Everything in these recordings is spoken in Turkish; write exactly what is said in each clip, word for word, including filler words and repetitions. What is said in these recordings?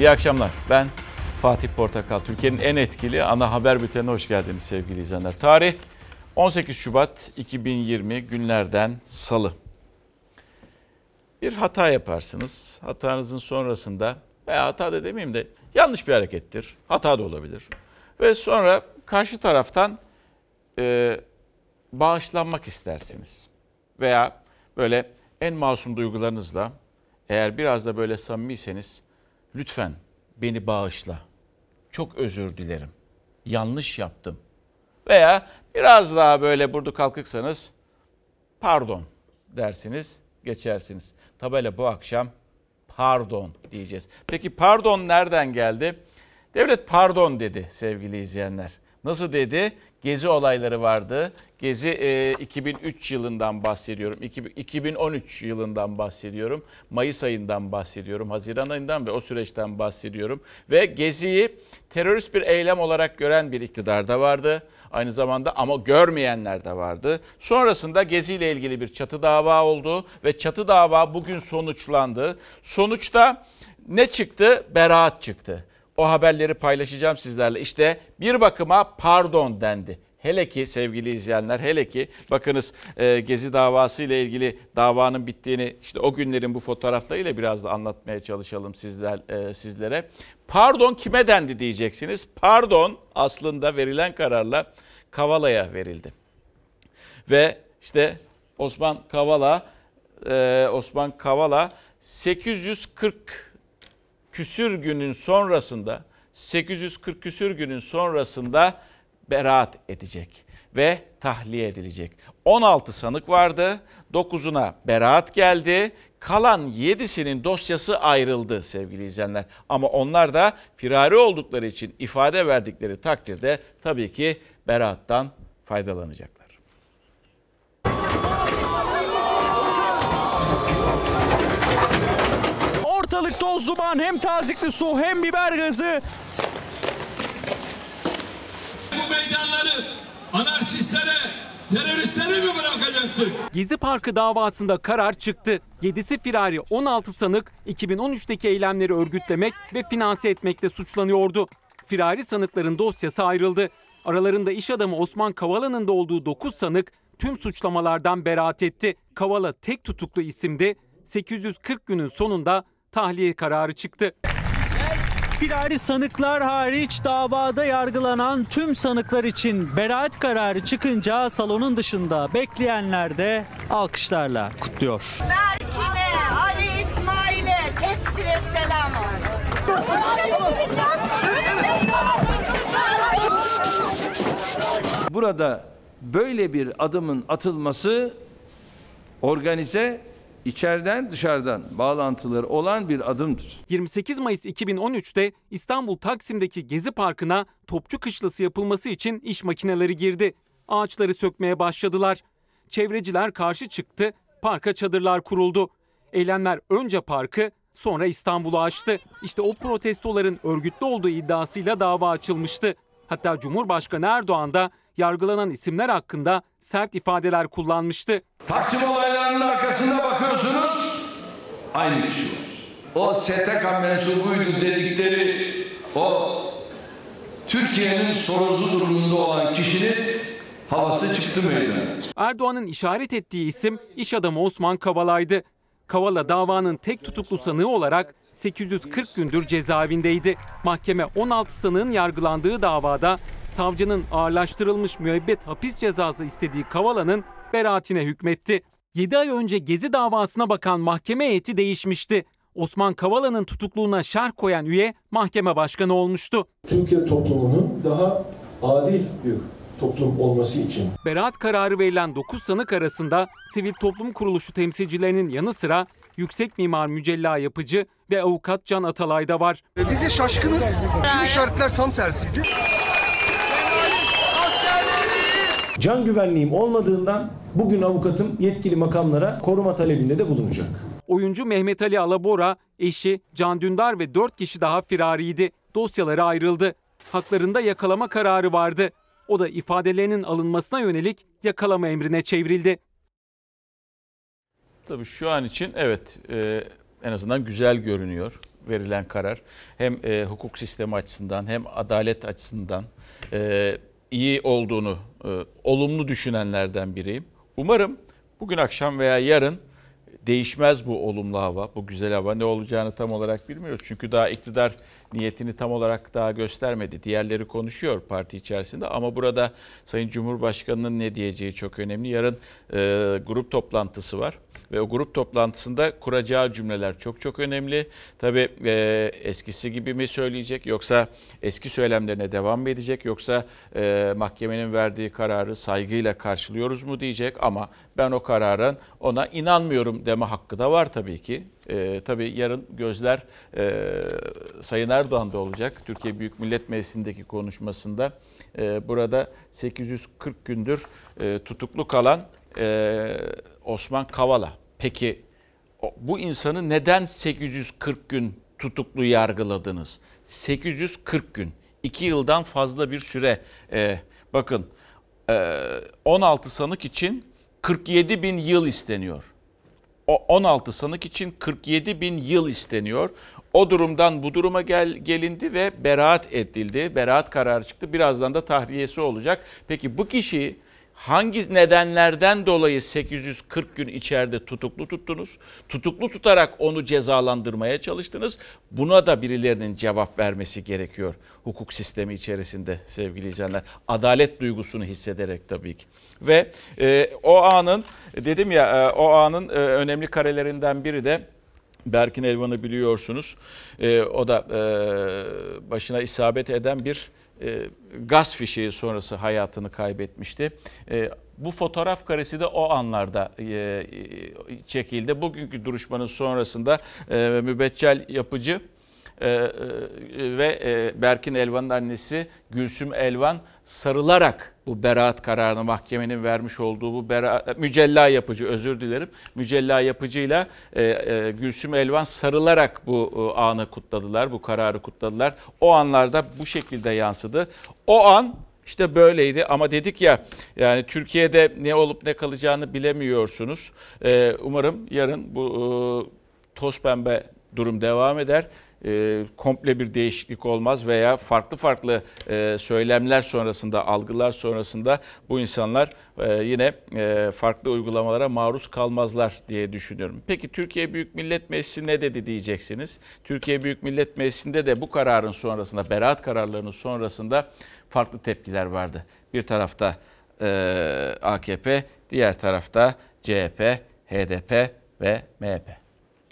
İyi akşamlar. Ben Fatih Portakal. Türkiye'nin en etkili ana haber bültenine hoş geldiniz sevgili izleyenler. Tarih on sekiz Şubat iki bin yirmi günlerden Salı. Bir hata yaparsınız. Hatanızın sonrasında, veya hata da demeyeyim de yanlış bir harekettir. Hata da olabilir. Ve sonra karşı taraftan e, bağışlanmak istersiniz. Veya böyle en masum duygularınızla, eğer biraz da böyle samimiyseniz, lütfen beni bağışla, çok özür dilerim, yanlış yaptım. Veya biraz daha böyle burdu kalkıksanız pardon dersiniz, geçersiniz. Tabela bu akşam pardon diyeceğiz. Peki pardon nereden geldi? Devlet pardon dedi sevgili izleyenler. Nasıl dedi? Gezi olayları vardı. Gezi e, iki bin üç yılından bahsediyorum. iki bin on üç yılından bahsediyorum. Mayıs ayından bahsediyorum. Haziran ayından ve o süreçten bahsediyorum. Ve Gezi'yi terörist bir eylem olarak gören bir iktidar da vardı. Aynı zamanda ama görmeyenler de vardı. Sonrasında Gezi ile ilgili bir çatı dava oldu ve çatı dava bugün sonuçlandı. Sonuçta ne çıktı? Beraat çıktı. O haberleri paylaşacağım sizlerle. İşte bir bakıma pardon dendi. Hele ki sevgili izleyenler, hele ki bakınız e, Gezi davası ile ilgili davanın bittiğini işte o günlerin bu fotoğraflarıyla biraz da anlatmaya çalışalım sizler e, sizlere. Pardon kime dendi diyeceksiniz. Pardon aslında verilen kararla Kavala'ya verildi. Ve işte Osman Kavala, e, Osman Kavala sekiz yüz kırk küsür günün sonrasında sekiz yüz kırk küsür günün sonrasında beraat edecek ve tahliye edilecek. on altı sanık vardı. dokuzuna beraat geldi. Kalan yedisinin dosyası ayrıldı sevgili izleyenler. Ama onlar da firari oldukları için ifade verdikleri takdirde tabii ki beraattan faydalanacaklar. Ortalık toz duman, hem tazikli su hem biber gazı. Bu meydanları anarşistlere, teröristlere mi bırakacaktık? Gezi Parkı davasında karar çıktı. yedisi firari, on altı sanık iki bin on üçteki eylemleri örgütlemek ve finanse etmekle suçlanıyordu. Firari sanıkların dosyası ayrıldı. Aralarında iş adamı Osman Kavala'nın da olduğu dokuz sanık tüm suçlamalardan beraat etti. Kavala tek tutuklu isimdi. sekiz yüz kırk günün sonunda tahliye kararı çıktı. Firari sanıklar hariç davada yargılanan tüm sanıklar için beraat kararı çıkınca salonun dışında bekleyenler de alkışlarla kutluyor. Berkin'e, Ali İsmail'e hepsine selam olsun. Burada böyle bir adımın atılması organize, İçeriden dışarıdan bağlantıları olan bir adımdır. yirmi sekiz Mayıs iki bin on üçte İstanbul Taksim'deki Gezi Parkı'na topçu kışlası yapılması için iş makineleri girdi. Ağaçları sökmeye başladılar. Çevreciler karşı çıktı, parka çadırlar kuruldu. Eylemler önce parkı, sonra İstanbul'u açtı. İşte o protestoların örgütlü olduğu iddiasıyla dava açılmıştı. Hatta Cumhurbaşkanı Erdoğan da yargılanan isimler hakkında sert ifadeler kullanmıştı. Taksim olaylarının arkasında bakıyorsunuz, aynı kişi var. O S T K mensubuydu dedikleri o Türkiye'nin sorumsuz durumunda olan kişinin havası çıktı meydana. Erdoğan'ın işaret ettiği isim iş adamı Osman Kavala'ydı. Kavala davanın tek tutuklu sanığı olarak sekiz yüz kırk gündür cezaevindeydi. Mahkeme on altı sanığın yargılandığı davada savcının ağırlaştırılmış müebbet hapis cezası istediği Kavala'nın beraatine hükmetti. yedi ay önce Gezi davasına bakan mahkeme heyeti değişmişti. Osman Kavala'nın tutukluğuna şerh koyan üye mahkeme başkanı olmuştu. Türkiye toplumunun daha adil bir toplum olması için. Beraat kararı verilen dokuz sanık arasında sivil toplum kuruluşu temsilcilerinin yanı sıra Yüksek Mimar Mücella Yapıcı ve avukat Can Atalay da var. Biz de şaşkınız. Tüm işaretler tam tersiydi. Can güvenliğim olmadığından bugün avukatım yetkili makamlara koruma talebinde de bulunacak. Oyuncu Mehmet Ali Alabora, eşi Can Dündar ve dört kişi daha firariydi. Dosyaları ayrıldı. Haklarında yakalama kararı vardı. O da ifadelerinin alınmasına yönelik yakalama emrine çevrildi. Tabii şu an için evet e, en azından güzel görünüyor. verilen karar hem e, hukuk sistemi açısından hem adalet açısından e, iyi olduğunu e, olumlu düşünenlerden biriyim. Umarım bugün akşam veya yarın değişmez bu olumlu hava, bu güzel hava. Ne olacağını tam olarak bilmiyoruz. Çünkü daha iktidar niyetini tam olarak daha göstermedi. Diğerleri konuşuyor parti içerisinde ama burada Sayın Cumhurbaşkanı'nın ne diyeceği çok önemli. Yarın e, grup toplantısı var ve o grup toplantısında kuracağı cümleler çok çok önemli. Tabii e, eskisi gibi mi söyleyecek yoksa eski söylemlerine devam mı edecek yoksa e, mahkemenin verdiği kararı saygıyla karşılıyoruz mu diyecek ama ben o kararın ona inanmıyorum deme hakkı da var tabii ki. Ee, tabii yarın gözler e, Sayın Erdoğan'da olacak. Türkiye Büyük Millet Meclisi'ndeki konuşmasında e, burada sekiz yüz kırk gündür e, tutuklu kalan e, Osman Kavala. Peki o, bu insanı neden sekiz yüz kırk gün tutuklu yargıladınız? sekiz yüz kırk gün. iki yıldan fazla bir süre. E, bakın e, on altı sanık için kırk yedi bin yıl isteniyor. O on altı sanık için kırk yedi bin yıl isteniyor. O durumdan bu duruma gel, gelindi ve beraat edildi. Beraat kararı çıktı. Birazdan da tahriyesi olacak. Peki bu kişi hangi nedenlerden dolayı sekiz yüz kırk gün içeride tutuklu tuttunuz? Tutuklu tutarak onu cezalandırmaya çalıştınız. Buna da birilerinin cevap vermesi gerekiyor hukuk sistemi içerisinde sevgili izleyenler. Adalet duygusunu hissederek tabii ki. Ve e, o anın dedim ya e, o anın e, önemli karelerinden biri de Berkin Elvan'ı biliyorsunuz. E, o da e, başına isabet eden bir e, gaz fişeği sonrası hayatını kaybetmişti. E, bu fotoğraf karesi de o anlarda e, çekildi. Bugünkü duruşmanın sonrasında e, Mübeccel Yapıcı e, e, ve e, Berkin Elvan'ın annesi Gülsüm Elvan sarılarak bu beraat kararını mahkemenin vermiş olduğu bu beraat, Mücella Yapıcı özür dilerim. Mücella Yapıcı'yla e, e, Gülsüm Elvan sarılarak bu e, anı kutladılar, bu kararı kutladılar. O anlarda bu şekilde yansıdı. O an işte böyleydi ama dedik ya yani Türkiye'de ne olup ne kalacağını bilemiyorsunuz. E, umarım yarın bu e, toz pembe durum devam eder. E, komple bir değişiklik olmaz veya farklı farklı e, söylemler sonrasında, algılar sonrasında bu insanlar e, yine e, farklı uygulamalara maruz kalmazlar diye düşünüyorum. Peki Türkiye Büyük Millet Meclisi ne dedi diyeceksiniz. Türkiye Büyük Millet Meclisi'nde de bu kararın sonrasında, beraat kararlarının sonrasında farklı tepkiler vardı. Bir tarafta e, A K P, diğer tarafta C H P, H D P ve M H P.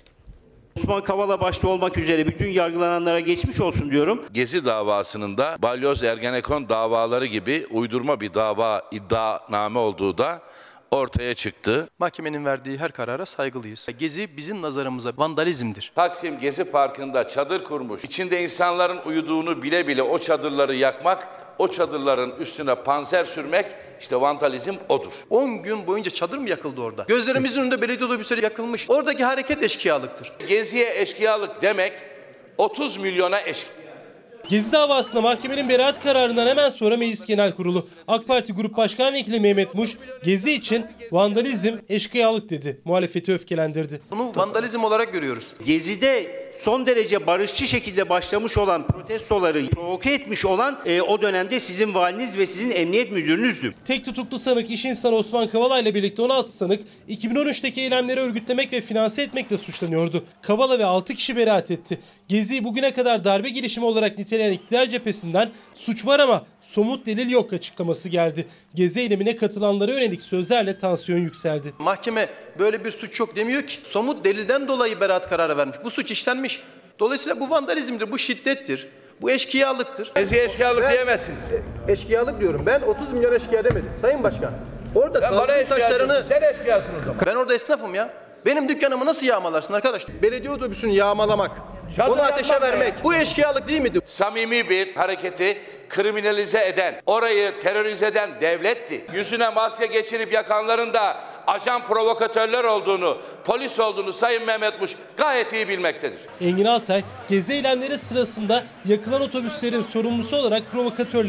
Osman Kavala başta olmak üzere bütün yargılananlara geçmiş olsun diyorum. Gezi davasının da Balyoz Ergenekon davaları gibi uydurma bir dava iddianame olduğu da ortaya çıktı. Mahkemenin verdiği her karara saygılıyız. Gezi bizim nazarımıza vandalizmdir. Taksim Gezi Parkı'nda çadır kurmuş, içinde insanların uyuduğunu bile bile o çadırları yakmak, o çadırların üstüne panzer sürmek, işte vandalizm odur. on gün boyunca çadır mı yakıldı orada? Gözlerimizin önünde belediye otobüsleri yakılmış. Oradaki hareket eşkıyalıktır. Geziye eşkıyalık demek otuz milyona eşkıyalık. Gezi davasında mahkemenin beraat kararından hemen sonra Meclis Genel Kurulu AK Parti Grup Başkan Vekili Mehmet Muş, Gezi için vandalizm, eşkıyalık dedi. Muhalefeti öfkelendirdi. Bunu vandalizm olarak görüyoruz. Gezi'de son derece barışçı şekilde başlamış olan protestoları provoke etmiş olan e, o dönemde sizin valiniz ve sizin emniyet müdürünüzdü. Tek tutuklu sanık iş insanı Osman Kavala ile birlikte on altı sanık iki bin on üçteki eylemleri örgütlemek ve finanse etmekle suçlanıyordu. Kavala ve altı kişi beraat etti. Gezi'yi bugüne kadar darbe girişimi olarak niteleyen iktidar cephesinden suç var ama somut delil yok açıklaması geldi. Gezi eylemine katılanlara yönelik sözlerle tansiyon yükseldi. Mahkeme böyle bir suç yok demiyor ki. Somut delilden dolayı beraat kararı vermiş. Bu suç işlenmiş. Dolayısıyla bu vandalizmdir, bu şiddettir, bu eşkıyalıktır. Geziye eşkıyalık ben, diyemezsiniz. Eşkıyalık diyorum. Ben otuz milyon eşkıya demedim. Sayın Başkan. Orada Sen bana kaldırım eşkıya taşlarını... diyorsun, sen eşkıyasın o zaman. Ben orada esnafım ya. Benim dükkanımı nasıl yağmalarsın arkadaş? Belediye otobüsünü yağmalamak, Çadır onu ateşe yapmak vermek. ya. Bu eşkıyalık değil miydi? Samimi bir hareketi kriminalize eden, orayı terörize eden devletti. Yüzüne maske geçirip yakanların da ajan provokatörler olduğunu, polis olduğunu Sayın Mehmet Muş gayet iyi bilmektedir. Engin Altay, Gezi eylemleri sırasında yakılan otobüslerin sorumlusu olarak provokatörleri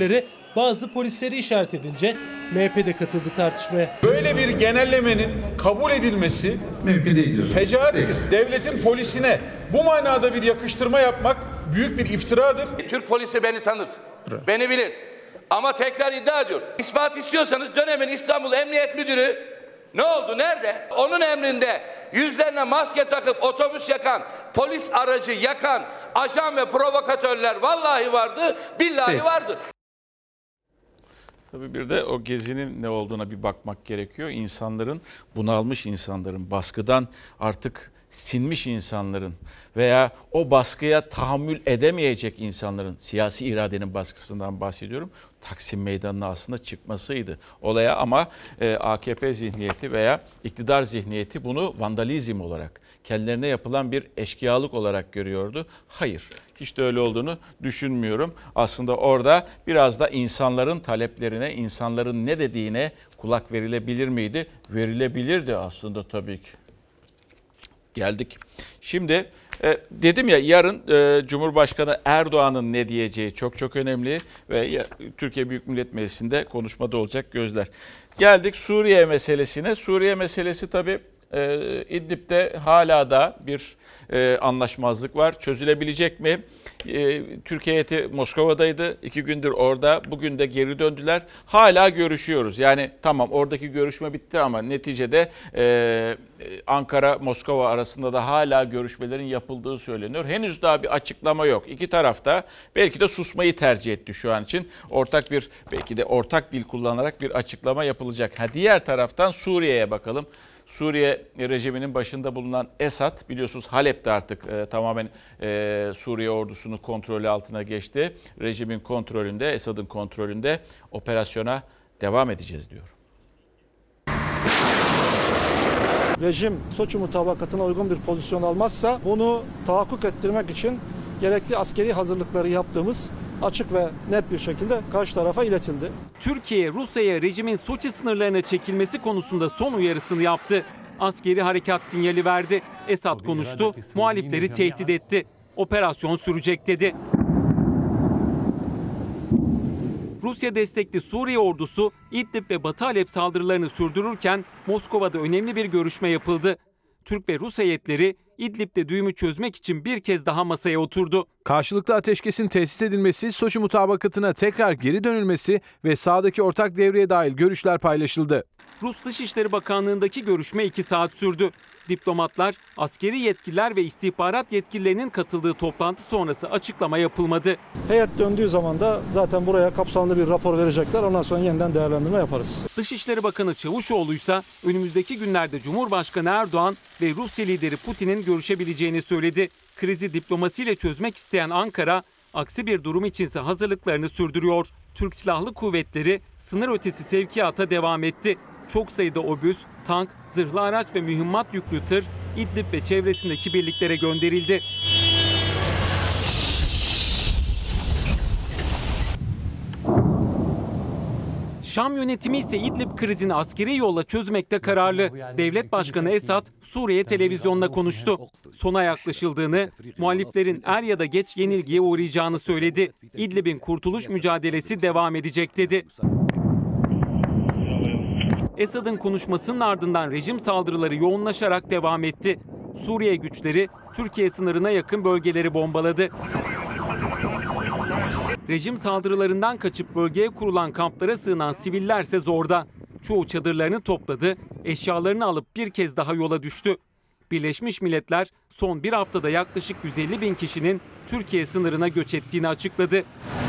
bazı polisleri işaret edince M H P de katıldı tartışmaya. Böyle bir genellemenin kabul edilmesi mümkün değil. Fecaattir. Devletin polisine bu manada bir yakıştırma yapmak büyük bir iftiradır. Türk polisi beni tanır, beni bilir. Ama tekrar iddia ediyorum. İspat istiyorsanız dönemin İstanbul Emniyet Müdürü ne oldu, nerede? Onun emrinde yüzlerine maske takıp otobüs yakan, polis aracı yakan ajan ve provokatörler vallahi vardı, billahi Peki. vardı. Tabii bir de o gezinin ne olduğuna bir bakmak gerekiyor. İnsanların, bunalmış insanların, baskıdan artık sinmiş insanların veya o baskıya tahammül edemeyecek insanların, siyasi iradenin baskısından bahsediyorum, Taksim Meydanı'na aslında çıkmasıydı olaya. Ama e, A K P zihniyeti veya iktidar zihniyeti bunu vandalizm olarak, kendilerine yapılan bir eşkıyalık olarak görüyordu. Hayır, hiç de öyle olduğunu düşünmüyorum. Aslında orada biraz da insanların taleplerine, insanların ne dediğine kulak verilebilir miydi? Verilebilirdi aslında tabii ki. Geldik. Şimdi e, dedim ya, yarın e, Cumhurbaşkanı Erdoğan'ın ne diyeceği çok çok önemli ve ya, Türkiye Büyük Millet Meclisi'nde konuşmada olacak gözler. Geldik Suriye meselesine. Suriye meselesi tabii e, İdlib'de hala da bir e, anlaşmazlık var. Çözülebilecek mi? E, Türkiye heyeti Moskova'daydı. İki gündür orada. Bugün de geri döndüler. Hala görüşüyoruz. Yani tamam, oradaki görüşme bitti ama neticede e, Ankara-Moskova arasında da hala görüşmelerin yapıldığı söyleniyor. Henüz daha bir açıklama yok. İki taraf da belki de susmayı tercih etti şu an için. Ortak bir, belki de ortak dil kullanarak bir açıklama yapılacak. Ha, diğer taraftan Suriye'ye bakalım. Suriye rejiminin başında bulunan Esad, biliyorsunuz Halep'te artık e, tamamen e, Suriye ordusunu kontrolü altına geçti. Rejimin kontrolünde, Esad'ın kontrolünde operasyona devam edeceğiz diyor. Rejim Soçi mutabakatına uygun bir pozisyon almazsa bunu tahakkuk ettirmek için gerekli askeri hazırlıkları yaptığımız açık ve net bir şekilde karşı tarafa iletildi. Türkiye, Rusya'ya rejimin Soçi sınırlarına çekilmesi konusunda son uyarısını yaptı. Askeri harekat sinyali verdi. Esad konuştu, muhalifleri tehdit etti. Operasyon sürecek dedi. Rusya destekli Suriye ordusu İdlib ve Batı Halep saldırılarını sürdürürken Moskova'da önemli bir görüşme yapıldı. Türk ve Rus heyetleri İdlib'de düğümü çözmek için bir kez daha masaya oturdu. Karşılıklı ateşkesin tesis edilmesi, Soçi mutabakatına tekrar geri dönülmesi ve sahadaki ortak devreye dair görüşler paylaşıldı. Rus Dışişleri Bakanlığı'ndaki görüşme iki saat sürdü. Diplomatlar, askeri yetkililer ve istihbarat yetkililerinin katıldığı toplantı sonrası açıklama yapılmadı. Heyet döndüğü zaman da zaten buraya kapsamlı bir rapor verecekler. Ondan sonra yeniden değerlendirme yaparız. Dışişleri Bakanı Çavuşoğlu ise önümüzdeki günlerde Cumhurbaşkanı Erdoğan ve Rusya lideri Putin'in görüşebileceğini söyledi. Krizi diplomasiyle çözmek isteyen Ankara, aksi bir durum içinse hazırlıklarını sürdürüyor. Türk Silahlı Kuvvetleri sınır ötesi sevkiyata devam etti. Çok sayıda obüs, tank, zırhlı araç ve mühimmat yüklü tır İdlib ve çevresindeki birliklere gönderildi. Şam yönetimi ise İdlib krizini askeri yolla çözmekte kararlı. Devlet Başkanı Esad Suriye televizyonuna konuştu. Sona yaklaşıldığını, muhaliflerin er ya da geç yenilgiye uğrayacağını söyledi. İdlib'in kurtuluş mücadelesi devam edecek dedi. Esad'ın konuşmasının ardından rejim saldırıları yoğunlaşarak devam etti. Suriye güçleri Türkiye sınırına yakın bölgeleri bombaladı. Rejim saldırılarından kaçıp bölgeye kurulan kamplara sığınan sivillerse zorda. Çoğu çadırlarını topladı, eşyalarını alıp bir kez daha yola düştü. Birleşmiş Milletler son bir haftada yaklaşık yüz elli bin kişinin Türkiye sınırına göç ettiğini açıkladı.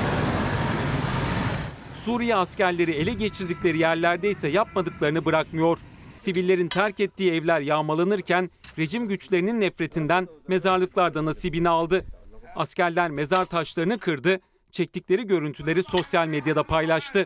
Suriye askerleri ele geçirdikleri yerlerde ise yapmadıklarını bırakmıyor. Sivillerin terk ettiği evler yağmalanırken rejim güçlerinin nefretinden mezarlıklarda nasibini aldı. Askerler mezar taşlarını kırdı, çektikleri görüntüleri sosyal medyada paylaştı.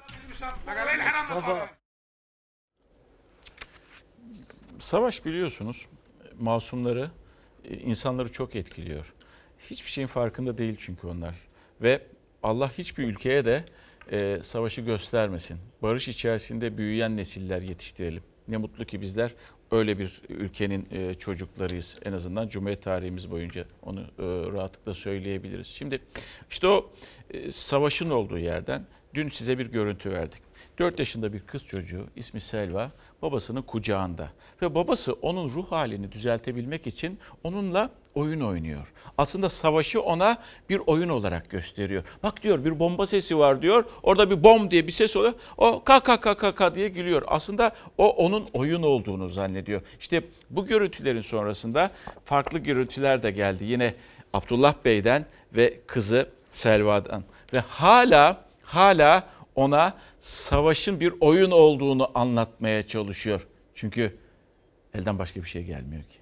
Savaş, biliyorsunuz, masumları, insanları çok etkiliyor. Hiçbir şeyin farkında değil çünkü onlar. Ve Allah hiçbir ülkeye de e, savaşı göstermesin. Barış içerisinde büyüyen nesiller yetiştirelim. Ne mutlu ki bizler öyle bir ülkenin e, çocuklarıyız. En azından Cumhuriyet tarihimiz boyunca onu e, rahatlıkla söyleyebiliriz. Şimdi işte o e, savaşın olduğu yerden dün size bir görüntü verdik. dört yaşında bir kız çocuğu, ismi Selva, babasının kucağında. Ve babası onun ruh halini düzeltebilmek için onunla oyun oynuyor. Aslında savaşı ona bir oyun olarak gösteriyor. Bak diyor, bir bomba sesi var diyor. Orada bir bom diye bir ses oluyor. O ka ka ka ka ka diye gülüyor. Aslında o onun oyun olduğunu zannediyor. İşte bu görüntülerin sonrasında farklı görüntüler de geldi. Yine Abdullah Bey'den ve kızı Selva'dan. Ve hala hala ona savaşın bir oyun olduğunu anlatmaya çalışıyor. Çünkü elden başka bir şey gelmiyor ki.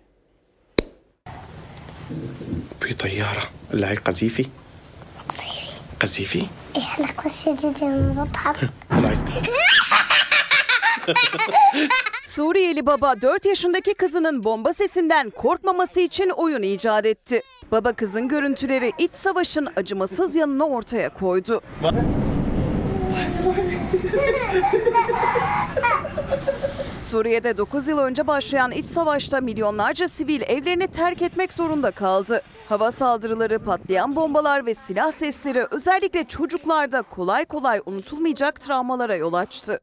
في طيارة اللي هي قذيفي قذيفي ايه علاقة شديدة من بطحب Suriyeli baba dört yaşındaki kızının bomba sesinden korkmaması için oyun icat etti. Baba kızın görüntüleri iç savaşın acımasız yanını ortaya koydu. Suriye'de dokuz yıl önce başlayan iç savaşta milyonlarca sivil evlerini terk etmek zorunda kaldı. Hava saldırıları, patlayan bombalar ve silah sesleri özellikle çocuklarda kolay kolay unutulmayacak travmalara yol açtı.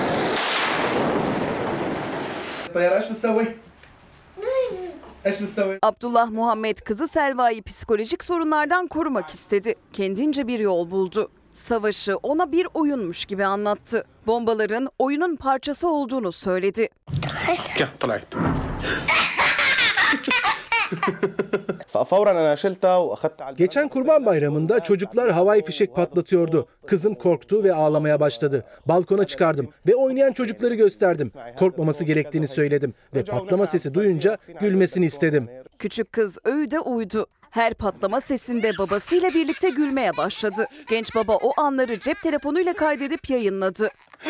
Abdullah Muhammed kızı Selva'yı psikolojik sorunlardan korumak istedi. Kendince bir yol buldu. Savaşı ona bir oyunmuş gibi anlattı. Bombaların oyunun parçası olduğunu söyledi. Geçen Kurban Bayramı'nda çocuklar havai fişek patlatıyordu. Kızım korktu ve ağlamaya başladı. Balkona çıkardım ve oynayan çocukları gösterdim. Korkmaması gerektiğini söyledim ve patlama sesi duyunca gülmesini istedim. Küçük kız öğüde uydu. Her patlama sesinde babasıyla birlikte gülmeye başladı. Genç baba o anları cep telefonuyla kaydedip yayınladı.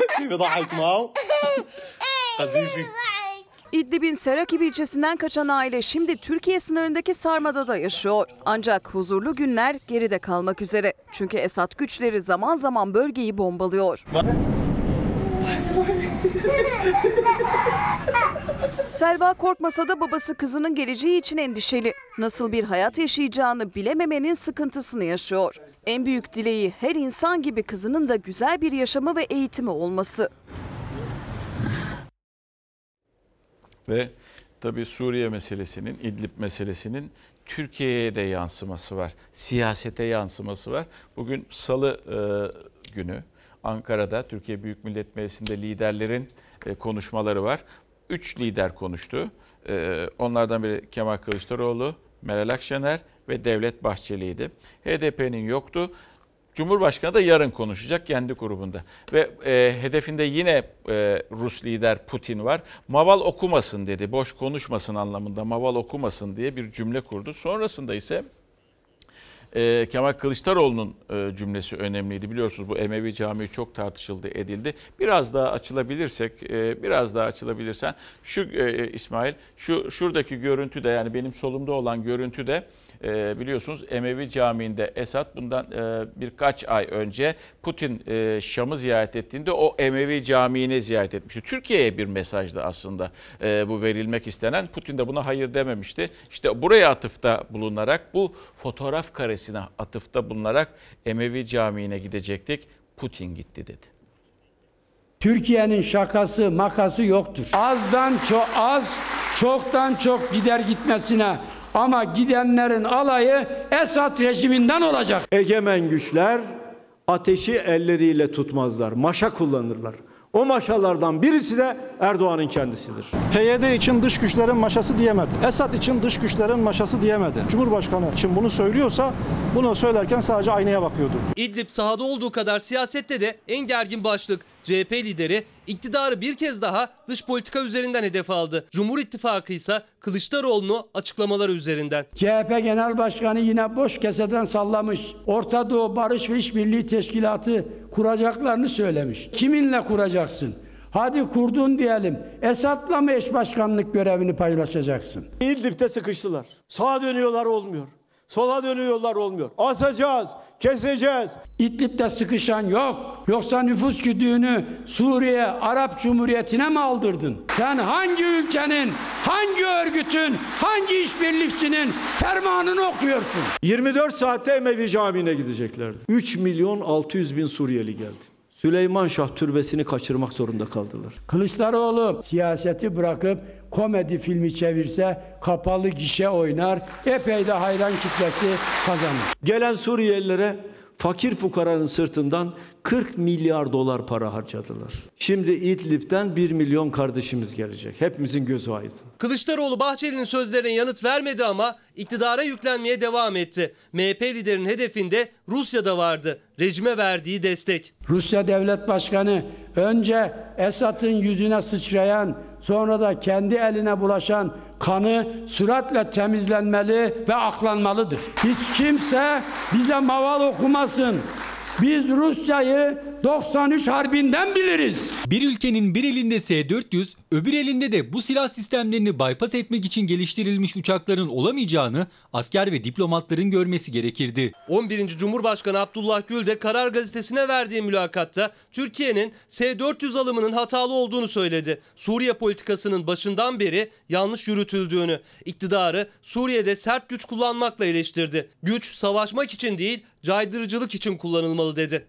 İdlib'in Serakib ilçesinden kaçan aile şimdi Türkiye sınırındaki Sarmada'da yaşıyor. Ancak huzurlu günler geride kalmak üzere. Çünkü Esad güçleri zaman zaman bölgeyi bombalıyor. Selva korkmasa da babası kızının geleceği için endişeli. Nasıl bir hayat yaşayacağını bilememenin sıkıntısını yaşıyor. En büyük dileği her insan gibi kızının da güzel bir yaşamı ve eğitimi olması. Ve tabii Suriye meselesinin, İdlib meselesinin Türkiye'ye de yansıması var. Siyasete yansıması var. Bugün Salı e, günü Ankara'da Türkiye Büyük Millet Meclisi'nde liderlerin e, konuşmaları var. Üç lider konuştu. E, onlardan biri Kemal Kılıçdaroğlu, Meral Akşener ve Devlet Bahçeli'ydi. H D P'nin yoktu. Cumhurbaşkanı da yarın konuşacak kendi grubunda. Ve e, hedefinde yine e, Rus lider Putin var. Maval okumasın dedi, boş konuşmasın anlamında maval okumasın diye bir cümle kurdu. Sonrasında ise e, Kemal Kılıçdaroğlu'nun e, cümlesi önemliydi. Biliyorsunuz bu Emevi Camii çok tartışıldı, edildi. Biraz daha açılabilirsek, e, biraz daha açılabilirsen şu e, İsmail, şu şuradaki görüntü de, yani benim solumda olan görüntü de e, biliyorsunuz Emevi Camii'nde Esad bundan e, birkaç ay önce Putin e, Şam'ı ziyaret ettiğinde o Emevi Camii'ni ziyaret etmişti. Türkiye'ye bir mesajdı aslında e, bu verilmek istenen. Putin de buna hayır dememişti. İşte buraya atıfta bulunarak, bu fotoğraf karesine atıfta bulunarak Emevi Camii'ne gidecektik. Putin gitti dedi. Türkiye'nin şakası makası yoktur. Azdan çok az, çoktan çok gider gitmesine. Ama gidenlerin alayı Esad rejiminden olacak. Egemen güçler ateşi elleriyle tutmazlar, maşa kullanırlar. O maşalardan birisi de Erdoğan'ın kendisidir. P Y D için dış güçlerin maşası diyemedi. Esad için dış güçlerin maşası diyemedi. Cumhurbaşkanı için bunu söylüyorsa bunu söylerken sadece aynaya bakıyordu. İdlib sahada olduğu kadar siyasette de en gergin başlık. C H P lideri iktidarı bir kez daha dış politika üzerinden hedef aldı. Cumhur İttifakı ise Kılıçdaroğlu'nu açıklamaları üzerinden. C H P Genel Başkanı yine boş keseden sallamış. Orta Doğu Barış ve İşbirliği Teşkilatı kuracaklarını söylemiş. Kiminle kuracaksın? Hadi kurdun diyelim. Esad'la mı eş başkanlık görevini paylaşacaksın? İdlib'de sıkıştılar. Sağa dönüyorlar olmuyor. Sola dönüyorlar olmuyor. Asacağız, keseceğiz. İdlib'de sıkışan yok. Yoksa nüfus güdüğünü Suriye Arap Cumhuriyeti'ne mi aldırdın? Sen hangi ülkenin, hangi örgütün, hangi işbirlikçinin fermanını okuyorsun? yirmi dört saatte Emevi Camii'ne gideceklerdi. üç milyon altı yüz bin Suriyeli geldi. Süleyman Şah türbesini kaçırmak zorunda kaldılar. Kılıçdaroğlu siyaseti bırakıp komedi filmi çevirse kapalı gişe oynar, epey de hayran kitlesi kazanır. Gelen Suriyelilere fakir fukaranın sırtından kırk milyar dolar para harcadılar. Şimdi İdlib'den bir milyon kardeşimiz gelecek. Hepimizin gözü aydın. Kılıçdaroğlu Bahçeli'nin sözlerine yanıt vermedi ama iktidara yüklenmeye devam etti. M H P liderinin hedefinde Rusya'da vardı. Rejime verdiği destek. Rusya Devlet Başkanı önce Esad'ın yüzüne sıçrayan, sonra da kendi eline bulaşan kanı süratle temizlenmeli ve aklanmalıdır. Hiç kimse bize maval okumasın. Biz Rusya'yı doksan üç Harbi'nden biliriz. Bir ülkenin bir elinde S dört yüz, öbür elinde de bu silah sistemlerini bypass etmek için geliştirilmiş uçakların olamayacağını asker ve diplomatların görmesi gerekirdi. on birinci Cumhurbaşkanı Abdullah Gül de Karar Gazetesi'ne verdiği mülakatta Türkiye'nin S dört yüz alımının hatalı olduğunu söyledi. Suriye politikasının başından beri yanlış yürütüldüğünü, iktidarı Suriye'de sert güç kullanmakla eleştirdi. Güç savaşmak için değil, caydırıcılık için kullanılmalı dedi.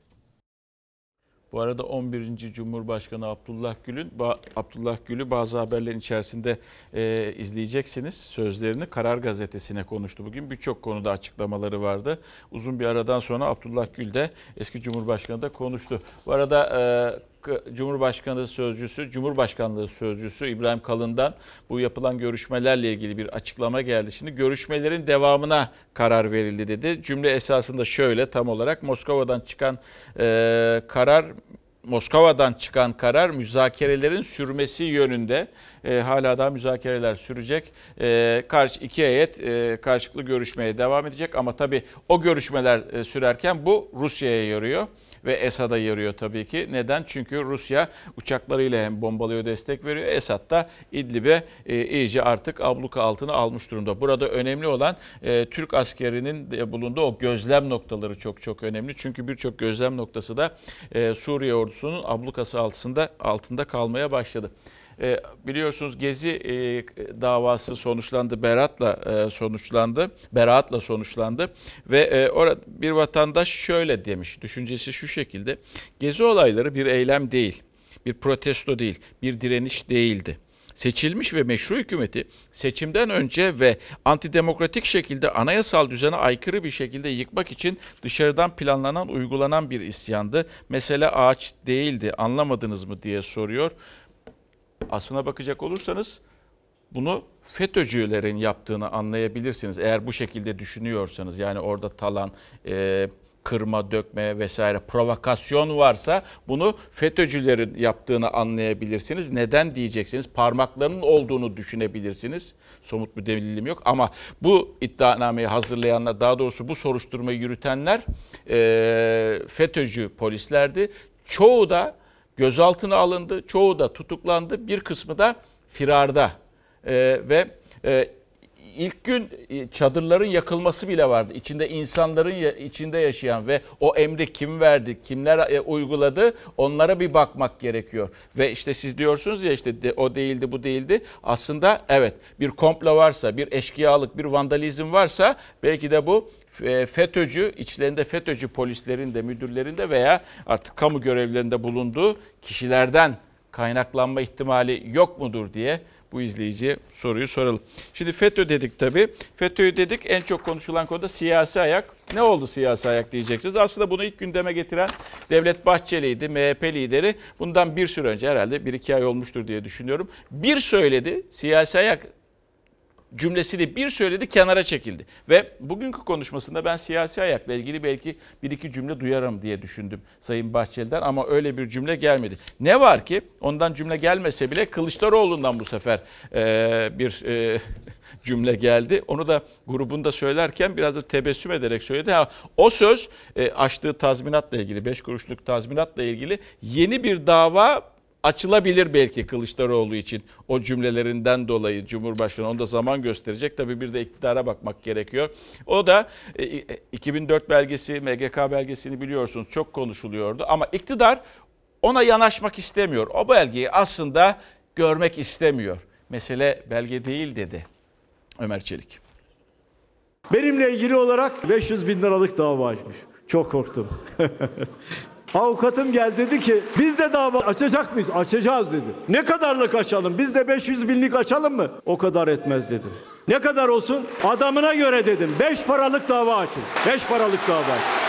Bu arada on birinci Cumhurbaşkanı Abdullah Gül'ün Abdullah Gül'ü bazı haberlerin içerisinde e, izleyeceksiniz. Sözlerini Karar Gazetesi'ne konuştu bugün. Birçok konuda açıklamaları vardı. Uzun bir aradan sonra Abdullah Gül de eski Cumhurbaşkanı da konuştu. Bu arada e, Cumhurbaşkanı sözcüsü, Cumhurbaşkanlığı sözcüsü İbrahim Kalın'dan bu yapılan görüşmelerle ilgili bir açıklama geldi. Şimdi görüşmelerin devamına karar verildi dedi. Cümle esasında şöyle tam olarak Moskova'dan çıkan e, karar Moskova'dan çıkan karar müzakerelerin sürmesi yönünde. E, hala daha müzakereler sürecek. E, karşı iki heyet e, karşılıklı görüşmeye devam edecek ama tabii o görüşmeler e, sürerken bu Rusya'ya yarıyor. Ve Esad'a yarıyor tabii ki. Neden? Çünkü Rusya uçaklarıyla hem bombalıyor, destek veriyor. Esad da İdlib'e e, iyice artık abluka altına almış durumda. Burada önemli olan e, Türk askerinin de bulunduğu o gözlem noktaları çok çok önemli. Çünkü birçok gözlem noktası da e, Suriye ordusunun ablukası altında altında kalmaya başladı. E, biliyorsunuz Gezi e, davası sonuçlandı, beraatla e, sonuçlandı, beraatla sonuçlandı ve e, orada bir vatandaş şöyle demiş, düşüncesi şu şekilde: Gezi olayları bir eylem değil, bir protesto değil, bir direniş değildi. Seçilmiş ve meşru hükümeti seçimden önce ve antidemokratik şekilde anayasal düzene aykırı bir şekilde yıkmak için dışarıdan planlanan, uygulanan bir isyandı. Mesele ağaç değildi, anlamadınız mı diye soruyor. Aslına bakacak olursanız bunu FETÖ'cülerin yaptığını anlayabilirsiniz. Eğer bu şekilde düşünüyorsanız, yani orada talan, e, kırma, dökme vesaire provokasyon varsa bunu FETÖ'cülerin yaptığını anlayabilirsiniz. Neden diyeceksiniz? Parmaklarının olduğunu düşünebilirsiniz. Somut bir delilim yok ama bu iddianameyi hazırlayanlar, daha doğrusu bu soruşturmayı yürütenler e, FETÖ'cü polislerdi. Çoğu da gözaltına alındı, çoğu da tutuklandı, bir kısmı da firarda ee, ve e, ilk gün çadırların yakılması bile vardı. İçinde insanların içinde yaşayan ve o emri kim verdi, kimler e, uyguladı, onlara bir bakmak gerekiyor. Ve işte siz diyorsunuz ya işte de, o değildi, bu değildi. Aslında evet, bir komplo varsa, bir eşkıyalık, bir vandalizm varsa belki de bu FETÖ'cü, içlerinde FETÖ'cü polislerin de, müdürlerin de veya artık kamu görevlerinde bulunduğu kişilerden kaynaklanma ihtimali yok mudur diye bu izleyiciye soruyu soralım. Şimdi FETÖ dedik tabii. FETÖ'yü dedik, en çok konuşulan konu da siyasi ayak. Ne oldu siyasi ayak diyeceksiniz. Aslında bunu ilk gündeme getiren Devlet Bahçeli'ydi, M H P lideri. Bundan bir süre önce, herhalde bir iki ay olmuştur diye düşünüyorum. Bir söyledi, siyasi ayak cümlesini bir söyledi, kenara çekildi. Ve bugünkü konuşmasında ben siyasi ayakla ilgili belki bir iki cümle duyarım diye düşündüm Sayın Bahçeli'den ama öyle bir cümle gelmedi. Ne var ki ondan cümle gelmese bile Kılıçdaroğlu'ndan bu sefer e, bir e, cümle geldi. Onu da grubunda söylerken biraz da tebessüm ederek söyledi. Ha, o söz e, açtığı tazminatla ilgili, beş kuruşluk tazminatla ilgili yeni bir dava açılabilir belki Kılıçdaroğlu için o cümlelerinden dolayı Cumhurbaşkanı. Onu da zaman gösterecek. Tabii bir de iktidara bakmak gerekiyor. O da iki bin dört belgesi, M G K belgesini biliyorsunuz çok konuşuluyordu. Ama iktidar ona yanaşmak istemiyor. O belgeyi aslında görmek istemiyor. Mesele belge değil dedi Ömer Çelik. Benimle ilgili olarak beş yüz bin liralık dava açmış. Çok korktum. Avukatım geldi dedi ki biz de dava açacak mıyız? Açacağız dedi. Ne kadarlık açalım? Biz de beş yüz binlik açalım mı? O kadar etmez dedim. Ne kadar olsun? Adamına göre dedim. beş paralık dava açın. beş paralık dava açın.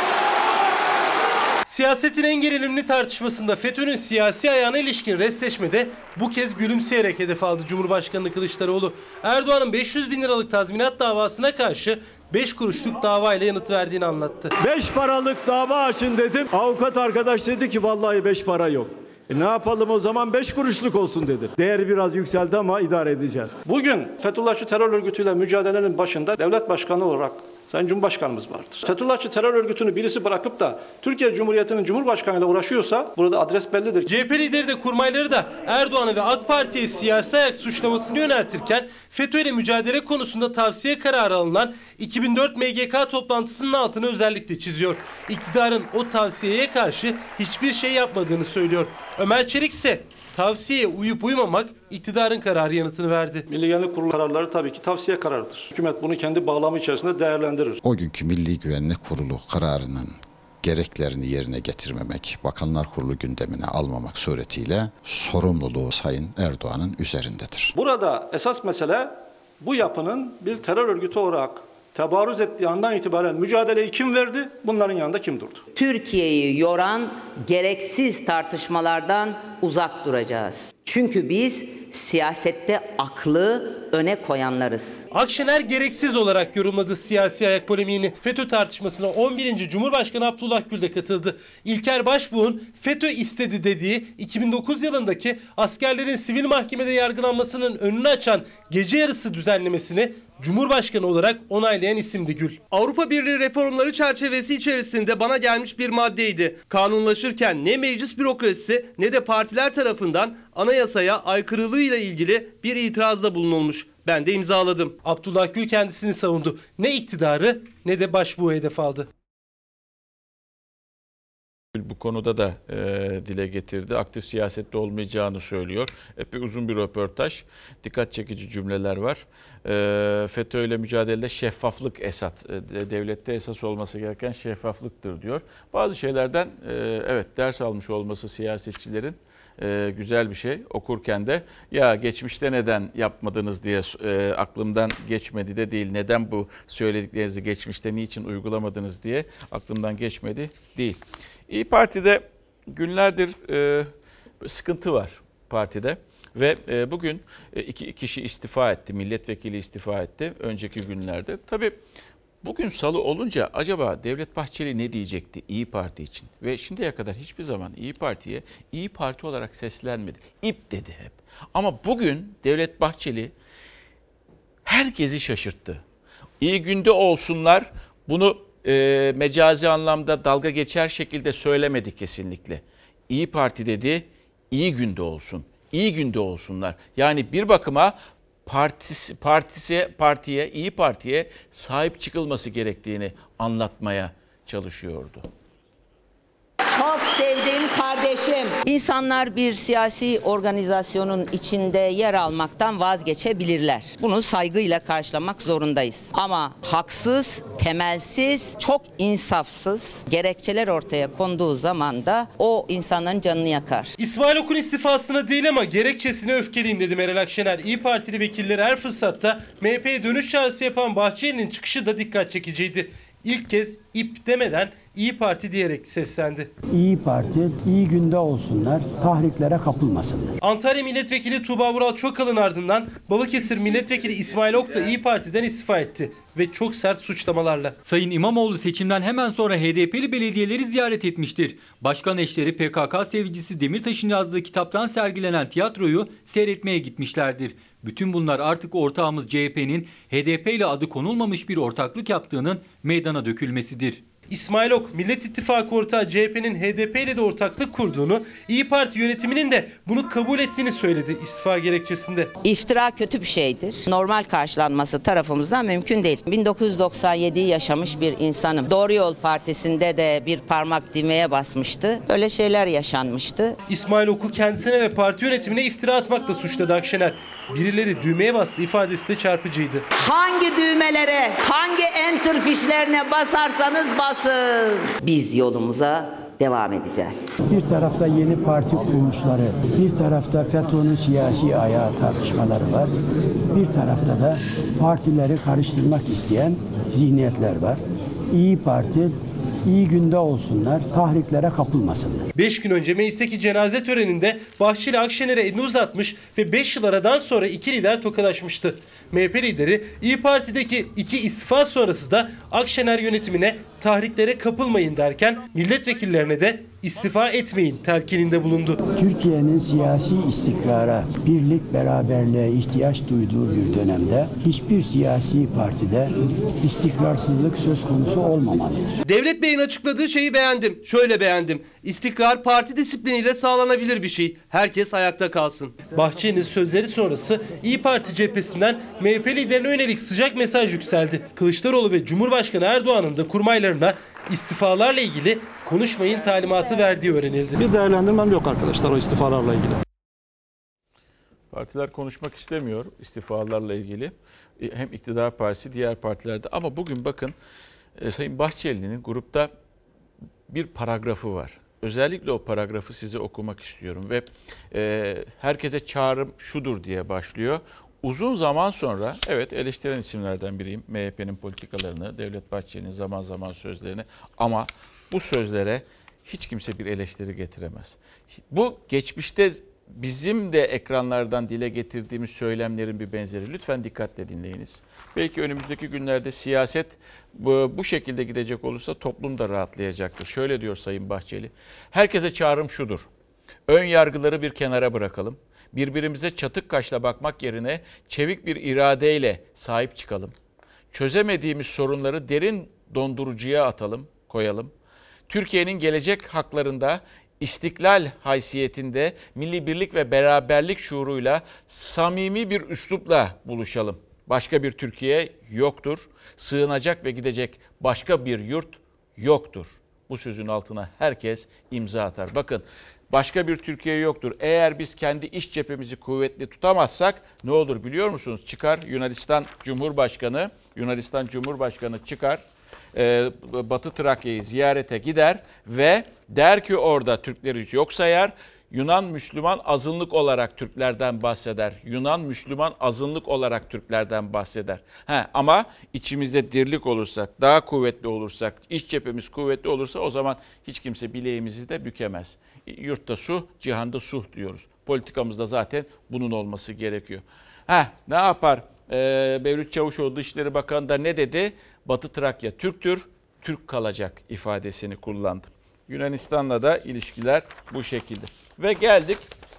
Siyasetin en gerilimli tartışmasında FETÖ'nün siyasi ayağına ilişkin restleşmede bu kez gülümseyerek hedef aldı Cumhurbaşkanı Kılıçdaroğlu. Erdoğan'ın beş yüz bin liralık tazminat davasına karşı beş kuruşluk davayla yanıt verdiğini anlattı. beş paralık dava açın dedim. Avukat arkadaş dedi ki vallahi beş para yok. E ne yapalım o zaman beş kuruşluk olsun dedi. Değeri biraz yükseldi ama idare edeceğiz. Bugün Fethullahçı terör örgütüyle mücadelenin başında devlet başkanı olarak Sayın Cumhurbaşkanımız vardır. Fethullahçı terör örgütünü birisi bırakıp da Türkiye Cumhuriyeti'nin Cumhurbaşkanıyla uğraşıyorsa burada adres bellidir. C H P lideri de kurmayları da Erdoğan'ı ve AK Parti'ye siyasi ayak suçlamasını yöneltirken FETÖ ile mücadele konusunda tavsiye kararı alınan iki bin dört M G K toplantısının altını özellikle çiziyor. İktidarın o tavsiyeye karşı hiçbir şey yapmadığını söylüyor. Ömer Çelik ise tavsiyeye uyup uymamak iktidarın kararı yanıtını verdi. Milli Güvenlik Kurulu kararları tabii ki tavsiye kararıdır. Hükümet bunu kendi bağlamı içerisinde değerlendirir. O günkü Milli Güvenlik Kurulu kararının gereklerini yerine getirmemek, Bakanlar Kurulu gündemine almamak suretiyle sorumluluğu Sayın Erdoğan'ın üzerindedir. Burada esas mesele bu yapının bir terör örgütü olarak tebarüz ettiği andan itibaren mücadeleyi kim verdi? Bunların yanında kim durdu? Türkiye'yi yoran gereksiz tartışmalardan uzak duracağız. Çünkü biz siyasette aklı öne koyanlarız. Akşener gereksiz olarak yorumladı siyasi ayak polemiğini. FETÖ tartışmasına on birinci Cumhurbaşkanı Abdullah Gül de katıldı. İlker Başbuğ'un FETÖ istedi dediği iki bin dokuz yılındaki askerlerin sivil mahkemede yargılanmasının önünü açan gece yarısı düzenlemesini Cumhurbaşkanı olarak onaylayan isimdi Gül. Avrupa Birliği reformları çerçevesi içerisinde bana gelmiş bir maddeydi. Kanunlaşırken ne meclis bürokrasisi ne de partiler tarafından anayasaya aykırılığıyla ilgili bir itirazda bulunulmuş. Ben de imzaladım. Abdullah Gül kendisini savundu. Ne iktidarı ne de Başbuğ'u hedef aldı. Bu konuda da e, dile getirdi. Aktif siyasette olmayacağını söylüyor. Epey uzun bir röportaj. Dikkat çekici cümleler var. E, FETÖ ile mücadelede şeffaflık esas. E, devlette esas olması gereken şeffaflıktır diyor. Bazı şeylerden e, evet ders almış olması siyasetçilerin e, güzel bir şey. Okurken de ya geçmişte neden yapmadınız diye e, aklımdan geçmedi de değil. Neden bu söylediklerinizi geçmişte niçin uygulamadınız diye aklımdan geçmedi değil. İYİ Parti'de günlerdir e, sıkıntı var partide ve e, bugün e, iki kişi istifa etti, milletvekili istifa etti önceki günlerde. Tabii bugün salı olunca acaba Devlet Bahçeli ne diyecekti İYİ Parti için? Ve şimdiye kadar hiçbir zaman İYİ Parti'ye İYİ Parti olarak seslenmedi. İP dedi hep. Ama bugün Devlet Bahçeli herkesi şaşırttı. İyi günde olsunlar bunu E, mecazi anlamda dalga geçer şekilde söylemedi kesinlikle. İYİ Parti dedi, iyi günde olsun, iyi günde olsunlar. Yani bir bakıma partisi, partisi, partiye, İYİ Parti'ye sahip çıkılması gerektiğini anlatmaya çalışıyordu. Çok sevdiğim kardeşim. İnsanlar bir siyasi organizasyonun içinde yer almaktan vazgeçebilirler. Bunu saygıyla karşılamak zorundayız. Ama haksız, temelsiz, çok insafsız gerekçeler ortaya konduğu zaman da o insanların canını yakar. İsmail Ok'un istifasına değil ama gerekçesine öfkeliyim dedi Meral Akşener. İYİ Partili vekilleri her fırsatta M H P'ye dönüş çağrısı yapan Bahçeli'nin çıkışı da dikkat çekiciydi. İlk kez İP demeden İYİ Parti diyerek seslendi. İYİ Parti iyi günde olsunlar, tahriklere kapılmasınlar. Antalya Milletvekili Tuğba Vural Çokal'ın ardından Balıkesir Milletvekili İsmail Ok da İYİ Parti'den istifa etti ve çok sert suçlamalarla. Sayın İmamoğlu seçimden hemen sonra H D P'li belediyeleri ziyaret etmiştir. Başkan eşleri P K K sevgilisi Demirtaş'ın yazdığı kitaptan sergilenen tiyatroyu seyretmeye gitmişlerdir. Bütün bunlar artık ortağımız C H P'nin H D P ile adı konulmamış bir ortaklık yaptığının meydana dökülmesidir. İsmail Ok, Millet İttifakı ortağı C H P'nin H D P ile de ortaklık kurduğunu, İyi Parti yönetiminin de bunu kabul ettiğini söyledi istifa gerekçesinde. İftira kötü bir şeydir. Normal karşılanması tarafımızdan mümkün değil. bin dokuz yüz doksan yediyi yaşamış bir insanım. Doğru Yol Partisi'nde de bir parmak düğmeye basmıştı. Öyle şeyler yaşanmıştı. İsmail Ok'u kendisine ve parti yönetimine iftira atmakla suçladı Akşener. Birileri düğmeye bastı ifadesi de çarpıcıydı. Hangi düğmelere, hangi enter fişlerine basarsanız basın. Biz yolumuza devam edeceğiz. Bir tarafta yeni parti kuruluşları, bir tarafta FETÖ'nün siyasi ayağı tartışmaları var. Bir tarafta da partileri karıştırmak isteyen zihniyetler var. İyi Parti iyi günde olsunlar, tahriklere kapılmasınlar. beş gün önce meclisteki cenaze töreninde Bahçeli Akşener'e elini uzatmış ve beş yıl aradan sonra iki lider tokalaşmıştı. M H P lideri İyi Parti'deki iki istifa sonrası da Akşener yönetimine tahriklere kapılmayın derken milletvekillerine de istifa etmeyin telkininde bulundu. Türkiye'nin siyasi istikrara, birlik beraberliğe ihtiyaç duyduğu bir dönemde hiçbir siyasi partide istikrarsızlık söz konusu olmamalıdır. Devlet Bey'in açıkladığı şeyi beğendim. Şöyle beğendim. İstikrar parti disipliniyle sağlanabilir bir şey. Herkes ayakta kalsın. Bahçeli'nin sözleri sonrası İyi Parti cephesinden M H P liderine yönelik sıcak mesaj yükseldi. Kılıçdaroğlu ve Cumhurbaşkanı Erdoğan'ın da kurmaylarına istifalarla ilgili konuşmayın talimatı verdiği öğrenildi. Bir değerlendirmem yok arkadaşlar o istifalarla ilgili. Partiler konuşmak istemiyor istifalarla ilgili. Hem iktidar partisi diğer partilerde ama bugün bakın e, Sayın Bahçeli'nin grupta bir paragrafı var. Özellikle o paragrafı size okumak istiyorum ve e, herkese çağrım şudur diye başlıyor. Uzun zaman sonra, evet eleştiren isimlerden biriyim M H P'nin politikalarını, Devlet Bahçeli'nin zaman zaman sözlerini ama bu sözlere hiç kimse bir eleştiri getiremez. Bu geçmişte bizim de ekranlardan dile getirdiğimiz söylemlerin bir benzeri. Lütfen dikkatle dinleyiniz. Belki önümüzdeki günlerde siyaset bu, bu şekilde gidecek olursa toplum da rahatlayacaktır. Şöyle diyor Sayın Bahçeli, herkese çağrım şudur, ön yargıları bir kenara bırakalım. Birbirimize çatık kaşla bakmak yerine çevik bir iradeyle sahip çıkalım. Çözemediğimiz sorunları derin dondurucuya atalım, koyalım. Türkiye'nin gelecek haklarında, istiklal haysiyetinde milli birlik ve beraberlik şuuruyla samimi bir üslupla buluşalım. Başka bir Türkiye yoktur. Sığınacak ve gidecek başka bir yurt yoktur. Bu sözün altına herkes imza atar. Bakın, başka bir Türkiye yoktur. Eğer biz kendi iç cephemizi kuvvetli tutamazsak ne olur biliyor musunuz? Çıkar Yunanistan Cumhurbaşkanı, Yunanistan Cumhurbaşkanı çıkar, e, Batı Trakya'yı ziyarete gider ve der ki orada Türkleri yok sayar. Yunan Müslüman azınlık olarak Türklerden bahseder. Yunan Müslüman azınlık olarak Türklerden bahseder. He, ama içimizde dirlik olursak, daha kuvvetli olursak, iç cephemiz kuvvetli olursa o zaman hiç kimse bileğimizi de bükemez. Yurtta su, cihanda suh diyoruz. Politikamızda zaten bunun olması gerekiyor. Heh, ne yapar? Ee, Mevlüt Çavuşoğlu Dışişleri Bakanı da ne dedi? Batı Trakya Türktür, Türk kalacak ifadesini kullandı. Yunanistan'la da ilişkiler bu şekilde. Ve geldik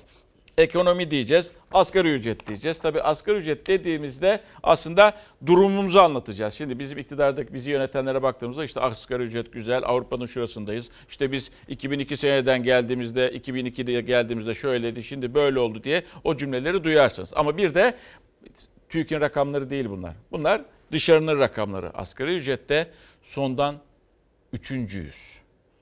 ekonomi diyeceğiz, asgari ücret diyeceğiz. Tabii asgari ücret dediğimizde aslında durumumuzu anlatacağız. Şimdi bizim iktidardaki bizi yönetenlere baktığımızda işte asgari ücret güzel, Avrupa'nın şurasındayız. İşte biz iki bin iki seneden geldiğimizde, iki bin ikide geldiğimizde şöyleydi, şimdi böyle oldu diye o cümleleri duyarsınız. Ama bir de TÜİK'in rakamları değil bunlar. Bunlar dışarının rakamları. Asgari ücrette sondan üçüncüyüz.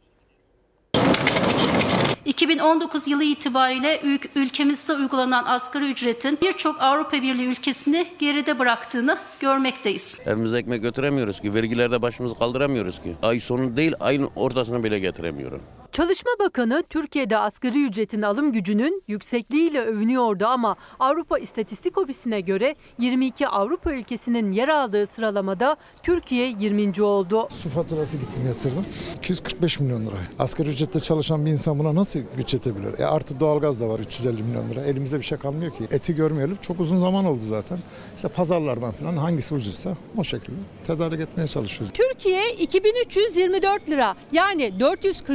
iki bin on dokuz yılı itibariyle ülkemizde uygulanan asgari ücretin birçok Avrupa Birliği ülkesini geride bıraktığını görmekteyiz. Evimize ekmek götüremiyoruz ki, vergilerde başımızı kaldıramıyoruz ki. Ay sonu değil, ayın ortasını bile getiremiyorum. Çalışma Bakanı Türkiye'de asgari ücretin alım gücünün yüksekliğiyle övünüyordu ama Avrupa İstatistik Ofisi'ne göre yirmi iki Avrupa ülkesinin yer aldığı sıralamada Türkiye yirminci oldu. Su faturası gittim yatırdım. iki yüz kırk beş milyon lira. Asgari ücretle çalışan bir insan buna nasıl güç yetebilir? E artı doğalgaz da var üç yüz elli milyon lira. Elimizde bir şey kalmıyor ki. Eti görmeyelim. Çok uzun zaman oldu zaten. İşte pazarlardan falan hangisi ucuzsa o şekilde tedarik etmeye çalışıyoruz. Türkiye iki bin üç yüz yirmi dört lira yani dört yüz kırk sekiz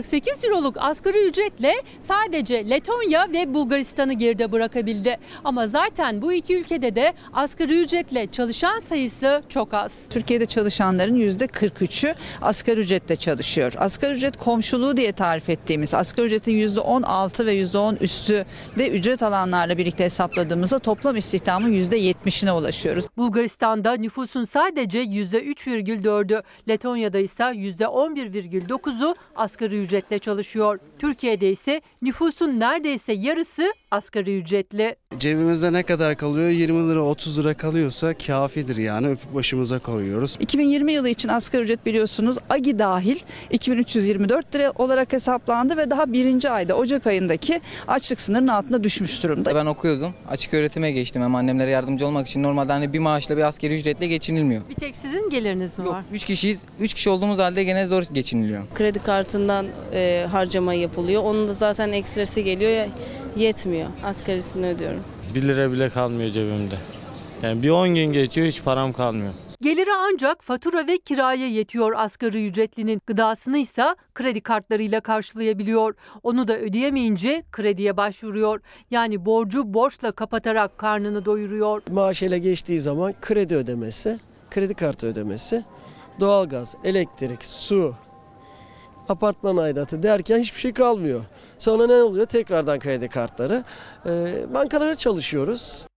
euroluk asgari ücretle sadece Letonya ve Bulgaristan'ı geride bırakabildi. Ama zaten bu iki ülkede de asgari ücretle çalışan sayısı çok az. Türkiye'de çalışanların yüzde kırk üçü asgari ücretle çalışıyor. Asgari ücret komşuluğu diye tarif ettiğimiz asgari ücretin yüzde on altı ve yüzde on üstü de ücret alanlarla birlikte hesapladığımızda toplam istihdamın yüzde yetmişine ulaşıyoruz. Bulgaristan'da nüfusun sadece yüzde üç virgül dördü, Letonya'da ise yüzde on bir virgül dokuzu asgari ücretle çalışıyor. Türkiye'de ise nüfusun neredeyse yarısı asgari ücretli. Cebimizde ne kadar kalıyor? yirmi lira otuz lira kalıyorsa kafidir yani, öpüp başımıza koyuyoruz. iki bin yirmi yılı için asgari ücret biliyorsunuz A G İ dahil iki bin üç yüz yirmi dört lira olarak hesaplandı ve daha birinci ayda Ocak ayındaki açlık sınırının altına düşmüş durumda. Ben okuyordum. Açık öğretime geçtim. Hem annemlere yardımcı olmak için. Normalde hani bir maaşla bir asgari ücretle geçinilmiyor. Bir tek sizin geliriniz mi Yok, var? üç kişiyiz. üç kişi olduğumuz halde gene zor geçiniliyor. Kredi kartından e, harcama yapılıyor. Onun da zaten ekstresi geliyor ya, yetmiyor. Asgarisini ödüyorum. bir lira bile kalmıyor cebimde. Yani bir on gün geçiyor, hiç param kalmıyor. Geliri ancak fatura ve kiraya yetiyor asgari ücretlinin. Gıdasını ise kredi kartlarıyla karşılayabiliyor. Onu da ödeyemeyince krediye başvuruyor. Yani borcu borçla kapatarak karnını doyuruyor. Maaş ele geçtiği zaman kredi ödemesi, kredi kartı ödemesi, doğalgaz, elektrik, su, apartman aidatı derken hiçbir şey kalmıyor. Sonra ne oluyor? Tekrardan kredi kartları. Ee, bankalara çalışıyoruz.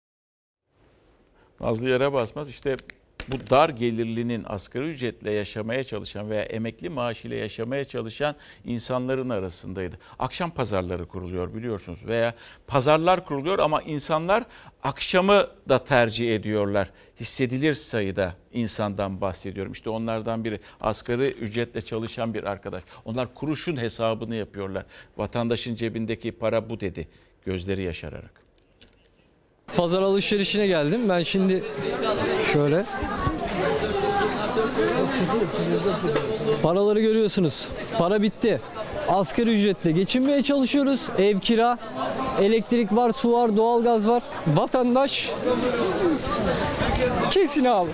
Fazla yere basmaz. İşte bu dar gelirlinin asgari ücretle yaşamaya çalışan veya emekli maaşıyla yaşamaya çalışan insanların arasındaydı. Akşam pazarları kuruluyor biliyorsunuz veya pazarlar kuruluyor ama insanlar akşamı da tercih ediyorlar. Hissedilir sayıda insandan bahsediyorum. İşte onlardan biri asgari ücretle çalışan bir arkadaş. Onlar kuruşun hesabını yapıyorlar. Vatandaşın cebindeki para bu dedi gözleri yaşararak. Pazar alışverişine geldim. Ben şimdi şöyle paraları görüyorsunuz. Para bitti. Asgari ücretle geçinmeye çalışıyoruz. Ev kira, elektrik var, su var, doğalgaz var. Vatandaş kesin abi.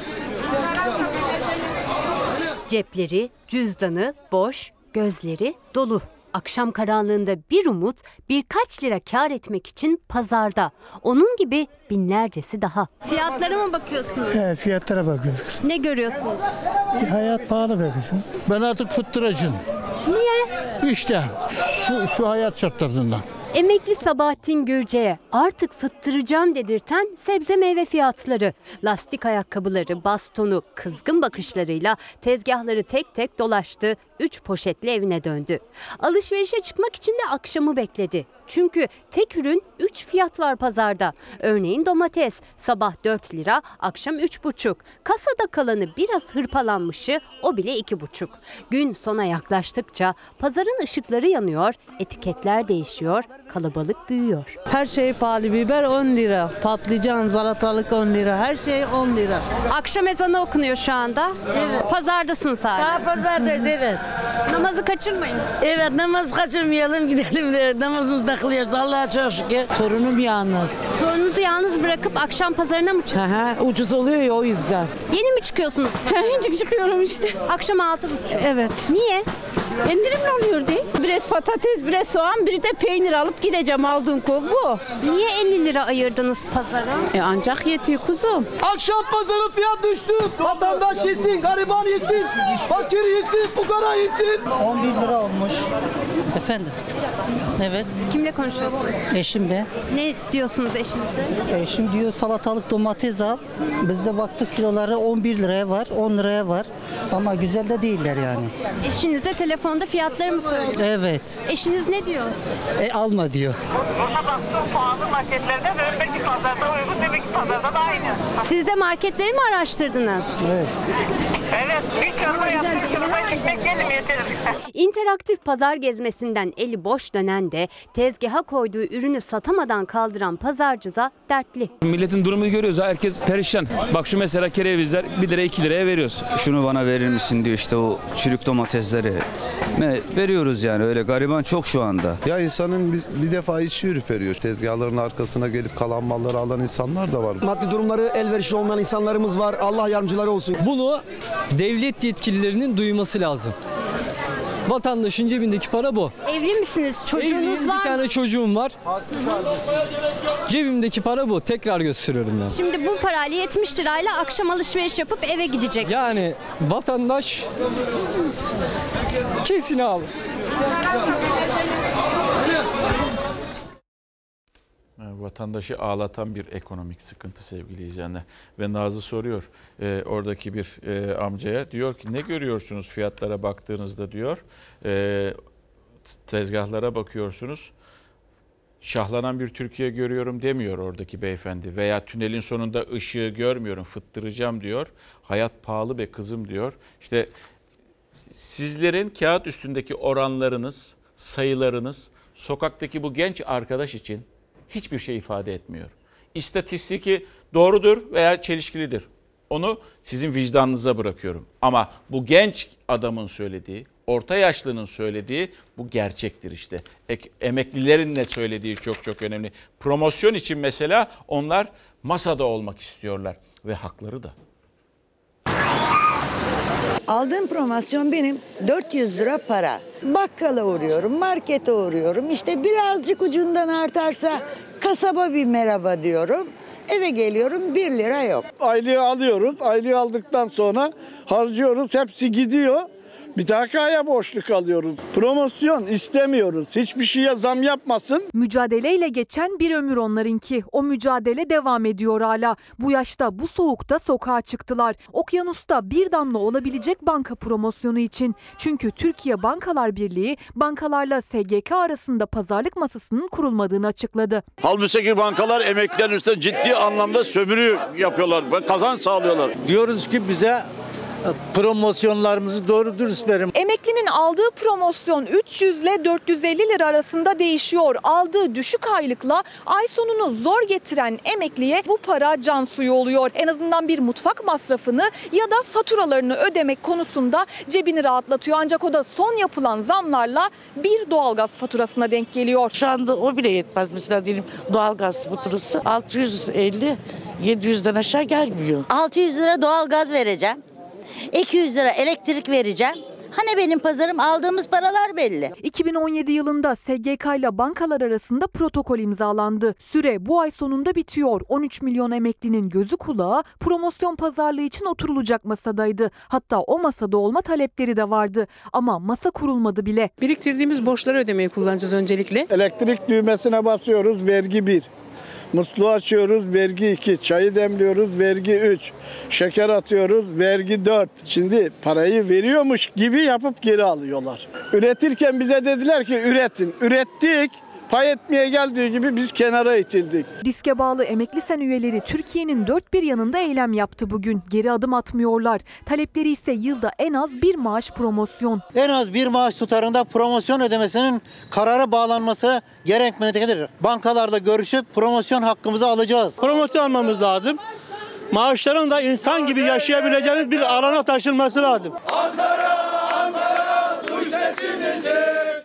Cepleri, cüzdanı boş, gözleri dolu. Akşam karanlığında bir umut, birkaç lira kar etmek için pazarda. Onun gibi binlercesi daha. Fiyatlara mı bakıyorsunuz? Evet, fiyatlara bakıyoruz. Ne görüyorsunuz? E, hayat pahalı be kızım. Ben artık fıttıracım. Niye? İşte şu, şu hayat şartlarından. Emekli Sabahattin Gürce'ye artık fıttıracağım dedirten sebze meyve fiyatları. Lastik ayakkabıları, bastonu, kızgın bakışlarıyla tezgahları tek tek dolaştı. Üç poşetle evine döndü. Alışverişe çıkmak için de akşamı bekledi. Çünkü tek ürün üç fiyat var pazarda. Örneğin domates sabah dört lira, akşam üç buçuk. Kasada kalanı biraz hırpalanmışı, o bile iki buçuk. Gün sona yaklaştıkça pazarın ışıkları yanıyor, etiketler değişiyor, kalabalık büyüyor. Her şey pahalı, biber on lira, patlıcan, salatalık on lira, her şey on lira. Akşam ezanı okunuyor şu anda. Evet. Pazardasınız hala. Ha, pazardayız, evet. Namazı kaçırmayın. Evet, namaz kaçırmayalım, gidelim de namazımızda kılıyoruz Allah'a çok şükür. Torunum yalnız. Torununuzu yalnız bırakıp akşam pazarına mı çıkıyorsunuz? Aha, ucuz oluyor ya o yüzden. Yeni mi çıkıyorsunuz? Hiç çıkıyorum işte. Akşam altı buçuk. Evet. Niye? İndirimli oluyor değil. Biraz patates, biraz soğan, bir de peynir alıp gideceğim aldığım kov bu. Niye elli lira ayırdınız pazara? E ancak yetiyor kuzum. Akşam pazarı fiyat düştü. Vatandaş yesin, gariban yesin, fakir yesin, fukara yesin. on bir lira olmuş. Efendim? Evet. Kimle konuşuyorsunuz? Eşim de. Ne diyorsunuz eşinize? Eşim diyor salatalık domates al. Biz de baktık kiloları on bir liraya var, on liraya var. Ama güzel de değiller yani. Eşinize telefonda fiyatları mı söylüyor? Evet. Eşiniz ne diyor? E alma diyor. Burada baktım pahalı marketlerde ve önceki pazarda uygun, demek ki pazarda da aynı. Siz de marketleri mi araştırdınız? Evet. Evet, bir çorba yaptık, çorba çekmek gelim yeter bize. İnteraktif pazar gezmesinden eli boş dönen de tezgaha koyduğu ürünü satamadan kaldıran pazarcı da dertli. Milletin durumunu görüyoruz. Herkes perişan. Bak şu mesela kerevizler bir lira iki liraya veriyoruz. Şunu bana verir misin diyor işte o çürük domatesleri. Ne veriyoruz yani öyle gariban çok şu anda. Ya insanın bir, bir defa içi ürperiyor. Tezgahların arkasına gelip kalan malları alan insanlar da var. Maddi durumları elverişli olmayan insanlarımız var. Allah yardımcıları olsun. Bunu devlet yetkililerinin duyması lazım. Vatandaşın cebindeki para bu. Evli misiniz? Çocuğunuz Evliyim, var bir mı? tane çocuğum var. Cebimdeki para bu. Tekrar gösteriyorum ben. Şimdi bu parayla yetmiş lirayla akşam alışveriş yapıp eve gidecek. Yani vatandaş kesin abi. Vatandaşı ağlatan bir ekonomik sıkıntı sevgili izleyenler. Ve Nazlı soruyor e, oradaki bir e, amcaya, diyor ki ne görüyorsunuz fiyatlara baktığınızda diyor. E, tezgahlara bakıyorsunuz. Şahlanan bir Türkiye görüyorum demiyor oradaki beyefendi. Veya tünelin sonunda ışığı görmüyorum, fıttıracağım diyor. Hayat pahalı be kızım diyor. İşte sizlerin kağıt üstündeki oranlarınız, sayılarınız sokaktaki bu genç arkadaş için hiçbir şey ifade etmiyor. İstatistiki doğrudur veya çelişkilidir. Onu sizin vicdanınıza bırakıyorum. Ama bu genç adamın söylediği, orta yaşlının söylediği bu gerçektir işte. Ek, emeklilerin ne söylediği çok çok önemli. Promosyon için mesela onlar masada olmak istiyorlar ve hakları da. Aldığım promosyon benim dört yüz lira para. Bakkala uğruyorum, markete uğruyorum. İşte birazcık ucundan artarsa kasaba bir merhaba diyorum. Eve geliyorum bir lira yok. Aylığı alıyoruz. Aylığı aldıktan sonra harcıyoruz. Hepsi gidiyor. Bir dakikaya boşluk alıyoruz. Promosyon istemiyoruz. Hiçbir şeye zam yapmasın. Mücadeleyle geçen bir ömür onlarınki. O mücadele devam ediyor hala. Bu yaşta, bu soğukta sokağa çıktılar. Okyanusta bir damla olabilecek banka promosyonu için. Çünkü Türkiye Bankalar Birliği bankalarla S G K arasında pazarlık masasının kurulmadığını açıkladı. Halbuki bankalar emeklilerin üstüne ciddi anlamda sömürü yapıyorlar ve kazanç sağlıyorlar. Diyoruz ki bize promosyonlarımızı doğru dürüst verin. Emeklinin aldığı promosyon üç yüz ile dört yüz elli lira arasında değişiyor. Aldığı düşük aylıkla ay sonunu zor getiren emekliye bu para can suyu oluyor. En azından bir mutfak masrafını ya da faturalarını ödemek konusunda cebini rahatlatıyor. Ancak o da son yapılan zamlarla bir doğalgaz faturasına denk geliyor. Şu anda o bile yetmez mesela diyelim doğalgaz faturası altı yüz elli yedi yüzden aşağı gelmiyor. altı yüz lira doğalgaz vereceğim. iki yüz lira elektrik vereceğim. Hani benim pazarım, aldığımız paralar belli. iki bin on yedi yılında S G K ile bankalar arasında protokol imzalandı. Süre bu ay sonunda bitiyor. on üç milyon emeklinin gözü kulağı promosyon pazarlığı için oturulacak masadaydı. Hatta o masada olma talepleri de vardı. Ama masa kurulmadı bile. Biriktirdiğimiz borçları ödemeyi kullanacağız öncelikle. Elektrik düğmesine basıyoruz, vergi bir. Musluğu açıyoruz, vergi iki. Çayı demliyoruz, vergi üç. Şeker atıyoruz, vergi dört. Şimdi parayı veriyormuş gibi yapıp geri alıyorlar. Üretirken bize dediler ki üretin. Ürettik. Pay etmeye geldiği gibi biz kenara itildik. Diske bağlı Emekli Sen üyeleri Türkiye'nin dört bir yanında eylem yaptı bugün. Geri adım atmıyorlar. Talepleri ise yılda en az bir maaş promosyon. En az bir maaş tutarında promosyon ödemesinin karara bağlanması gerekmektedir. Bankalarda görüşüp promosyon hakkımızı alacağız. Promosyon almamız lazım. Maaşların da insan gibi yaşayabileceğimiz bir alana taşınması lazım. Ankara, Ankara, duy sesimizi.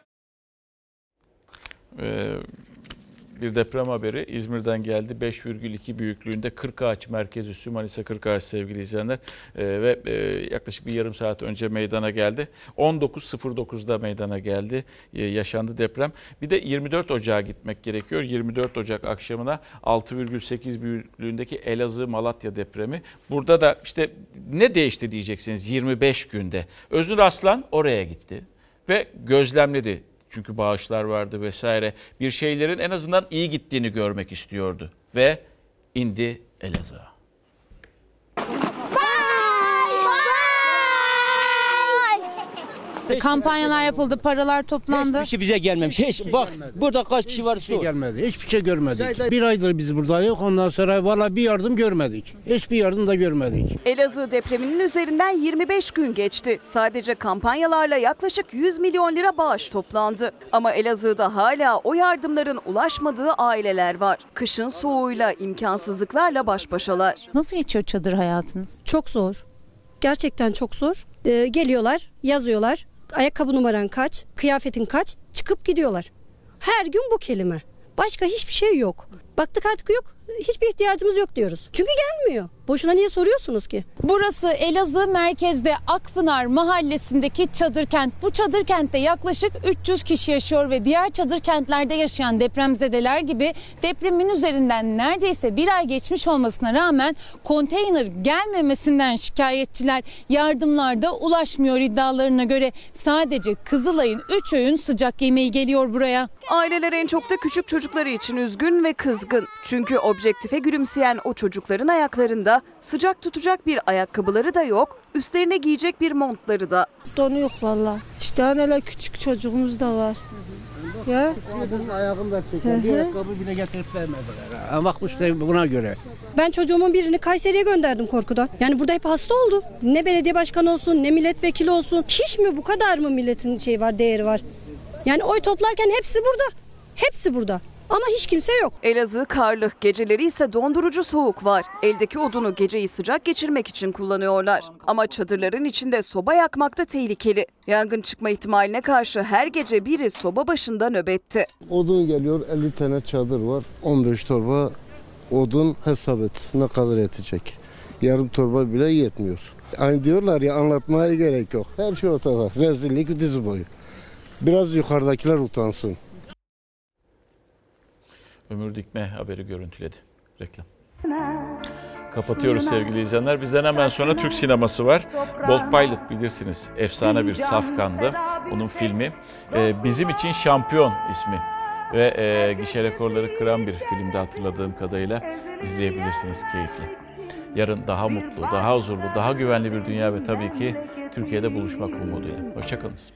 Ee, bir deprem haberi İzmir'den geldi. beş virgül iki büyüklüğünde Kırkağaç merkez üssü Manisa Kırkağaç sevgili izleyenler ee, ve e, yaklaşık bir yarım saat önce meydana geldi. on dokuz sıfır dokuzda meydana geldi. Ee, yaşandı deprem. Bir de yirmi dört Ocağa gitmek gerekiyor. yirmi dört Ocak akşamına altı virgül sekiz büyüklüğündeki Elazığ Malatya depremi. Burada da işte ne değişti diyeceksiniz yirmi beş günde. Öznur Aslan oraya gitti ve gözlemledi. Çünkü bağışlar vardı vesaire. Bir şeylerin en azından iyi gittiğini görmek istiyordu. Ve indi Elazığ'a. Kampanyalar yapıldı, paralar toplandı. Hiçbir şey bize gelmemiş. Hiç, bak burada kaç kişi var? Hiçbir şey gelmedi. Hiçbir şey görmedik. Bir aydır biz buradayız. Ondan sonra valla bir yardım görmedik. Hiçbir yardım da görmedik. Elazığ depreminin üzerinden yirmi beş gün geçti. Sadece kampanyalarla yaklaşık yüz milyon lira bağış toplandı. Ama Elazığ'da hala o yardımların ulaşmadığı aileler var. Kışın soğuğuyla, imkansızlıklarla baş başalar. Nasıl geçiyor çadır hayatınız? Çok zor. Gerçekten çok zor. Ee, geliyorlar, yazıyorlar. Ayakkabı numaran kaç, kıyafetin kaç, çıkıp gidiyorlar. Her gün bu kelime. Başka hiçbir şey yok. Baktık artık yok. Hiçbir ihtiyacımız yok diyoruz. Çünkü gelmiyor. Boşuna niye soruyorsunuz ki? Burası Elazığ merkezde Akpınar mahallesindeki çadır kent. Bu çadır kentte yaklaşık üç yüz kişi yaşıyor ve diğer çadır kentlerde yaşayan depremzedeler gibi depremin üzerinden neredeyse bir ay geçmiş olmasına rağmen konteyner gelmemesinden şikayetçiler. Yardımlar da ulaşmıyor iddialarına göre. Sadece Kızılay'ın üç öğün sıcak yemeği geliyor buraya. Aileler en çok da küçük çocukları için üzgün ve kızgın. Çünkü objektife gülümseyen o çocukların ayaklarında sıcak tutacak bir ayakkabıları da yok, üstlerine giyecek bir montları da. Donu yok valla. İşte anneler küçük çocuğumuz da var. Ya. Ayağım da çeker. Bir ayakkabı bile getirip vermediler. Ama bakmışlar buna göre. Ben çocuğumun birini Kayseri'ye gönderdim korkudan. Yani burada hep hasta oldu. Ne belediye başkanı olsun, ne milletvekili olsun. Hiç mi bu kadar mı milletin şey var, değeri var? Yani oy toplarken hepsi burada. Hepsi burada. Ama hiç kimse yok. Elazığ karlı, geceleri ise dondurucu soğuk var. Eldeki odunu geceyi sıcak geçirmek için kullanıyorlar. Ama çadırların içinde soba yakmak da tehlikeli. Yangın çıkma ihtimaline karşı her gece biri soba başında nöbette. Odun geliyor, elli tane çadır var. on beş torba odun hesap et. Ne kadar yetecek? Yarım torba bile yetmiyor. Hani diyorlar ya, anlatmaya gerek yok. Her şey ortada. Rezillik dizi boyu. Biraz yukarıdakiler utansın. Ömür Dikme haberi görüntüledi. Reklam. Kapatıyoruz sevgili izleyenler. Bizden hemen sonra Türk sineması var. Bolt Pilot bilirsiniz. Efsane bir safkandı. Bunun filmi. Ee, Bizim için Şampiyon ismi. Ve e, gişe rekorları kıran bir filmde hatırladığım kadarıyla izleyebilirsiniz keyifle. Yarın daha mutlu, daha huzurlu, daha güvenli bir dünya ve tabii ki Türkiye'de buluşmak umuduyla. Hoşça kalın.